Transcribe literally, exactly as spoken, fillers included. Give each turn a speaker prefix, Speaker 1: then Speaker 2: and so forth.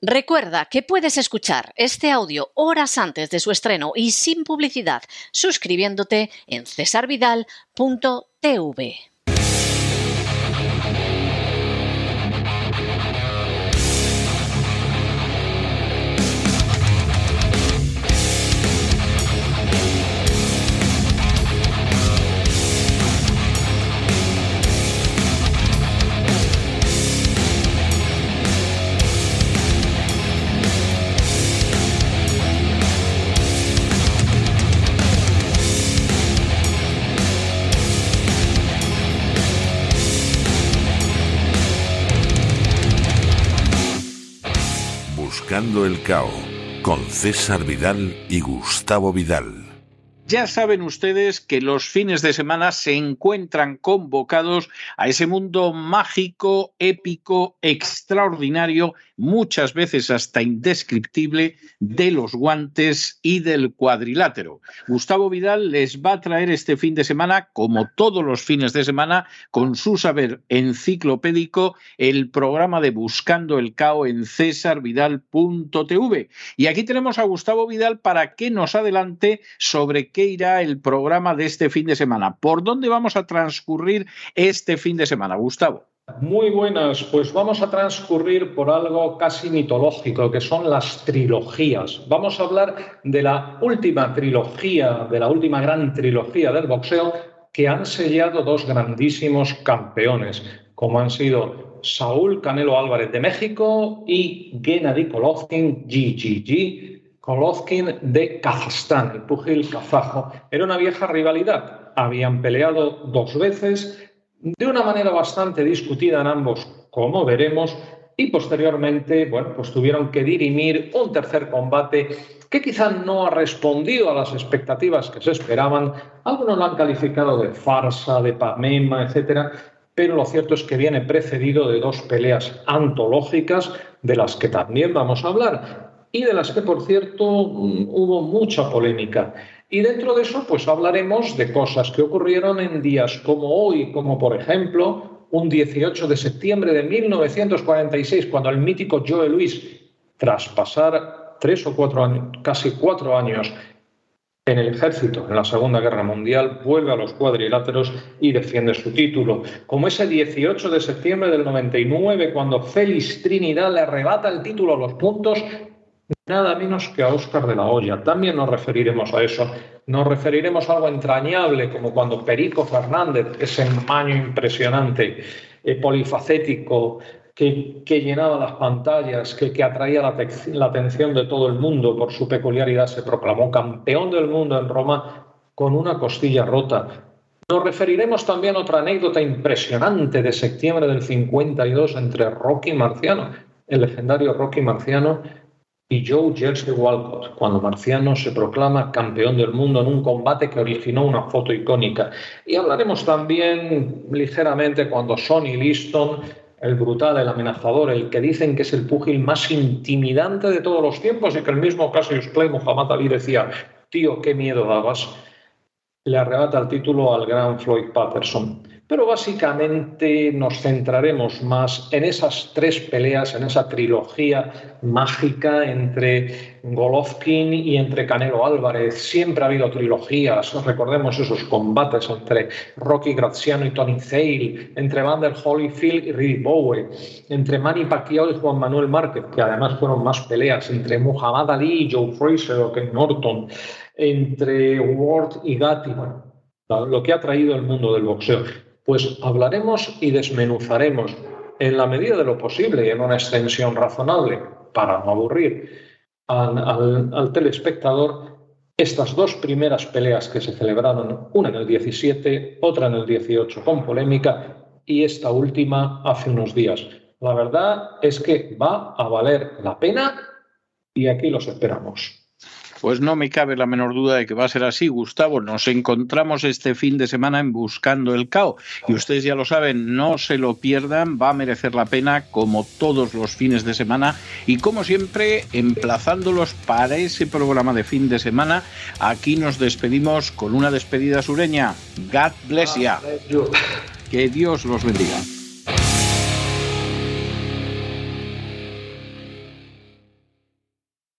Speaker 1: Recuerda que puedes escuchar este audio horas antes de su estreno y sin publicidad suscribiéndote en cesar vidal punto t v.
Speaker 2: Buscando el Cao, con César Vidal y Gustavo Vidal.
Speaker 3: Ya saben ustedes que los fines de semana se encuentran convocados a ese mundo mágico, épico, extraordinario, muchas veces hasta indescriptible, de los guantes y del cuadrilátero. Gustavo Vidal les va a traer este fin de semana, como todos los fines de semana, con su saber enciclopédico, el programa de Buscando el Cao en cesar vidal punto t v. Y aquí tenemos a Gustavo Vidal para que nos adelante sobre qué irá el programa de este fin de semana. ¿Por dónde vamos a transcurrir este fin de semana, Gustavo?
Speaker 4: Muy buenas, pues vamos a transcurrir por algo casi mitológico, que son las trilogías. Vamos a hablar de la última trilogía, de la última gran trilogía del boxeo, que han sellado dos grandísimos campeones, como han sido Saúl Canelo Álvarez de México y Gennady Golovkin, G G G, Golovkin de Kazajstán, el púgil kazajo. Era una vieja rivalidad. Habían peleado dos veces, de una manera bastante discutida en ambos, como veremos, y posteriormente, bueno, pues tuvieron que dirimir un tercer combate que quizá no ha respondido a las expectativas que se esperaban. Algunos lo han calificado de farsa, de pamema, etcétera, pero lo cierto es que viene precedido de dos peleas antológicas, de las que también vamos a hablar, y de las que, por cierto, hubo mucha polémica. Y dentro de eso, pues hablaremos de cosas que ocurrieron en días como hoy, como por ejemplo, un dieciocho de septiembre de mil novecientos cuarenta y seis, cuando el mítico Joe Louis, tras pasar tres o cuatro años, casi cuatro años en el ejército, en la Segunda Guerra Mundial, vuelve a los cuadriláteros y defiende su título. Como ese dieciocho de septiembre del noventa y nueve, cuando Félix Trinidad le arrebata el título a los puntos, nada menos que a Óscar de la Hoya. También nos referiremos a eso. Nos referiremos a algo entrañable, como cuando Perico Fernández, ese maño impresionante, eh, polifacético, que, que llenaba las pantallas, que, que atraía la, la atención de todo el mundo por su peculiaridad, se proclamó campeón del mundo en Roma con una costilla rota. Nos referiremos también a otra anécdota impresionante de septiembre del cincuenta y dos entre Rocky Marciano, el legendario Rocky Marciano, y Joe Jersey Walcott, cuando Marciano se proclama campeón del mundo en un combate que originó una foto icónica. Y hablaremos también ligeramente cuando Sonny Liston, el brutal, el amenazador, el que dicen que es el púgil más intimidante de todos los tiempos y que el mismo Cassius Clay, Muhammad Ali, decía, tío, qué miedo dabas, le arrebata el título al gran Floyd Patterson. Pero básicamente nos centraremos más en esas tres peleas, en esa trilogía mágica entre Golovkin y entre Canelo Álvarez. Siempre ha habido trilogías, recordemos esos combates entre Rocky Graziano y Tony Zale, entre Evander Holyfield y Rudy Bowe, entre Manny Pacquiao y Juan Manuel Márquez, que además fueron más peleas, entre Muhammad Ali y Joe Frazier o Ken Norton, entre Ward y Gatti, bueno, lo que ha traído el mundo del boxeo. Pues hablaremos y desmenuzaremos en la medida de lo posible y en una extensión razonable, para no aburrir al, al, al telespectador, estas dos primeras peleas que se celebraron, una en el diecisiete, otra en el dieciocho con polémica y esta última hace unos días. La verdad es que va a valer la pena y aquí los esperamos.
Speaker 3: Pues no me cabe la menor duda de que va a ser así, Gustavo. Nos encontramos este fin de semana en Buscando el Cao. Y ustedes ya lo saben, no se lo pierdan, va a merecer la pena como todos los fines de semana. Y como siempre, emplazándolos para ese programa de fin de semana, aquí nos despedimos con una despedida sureña. God bless you. Que Dios los bendiga.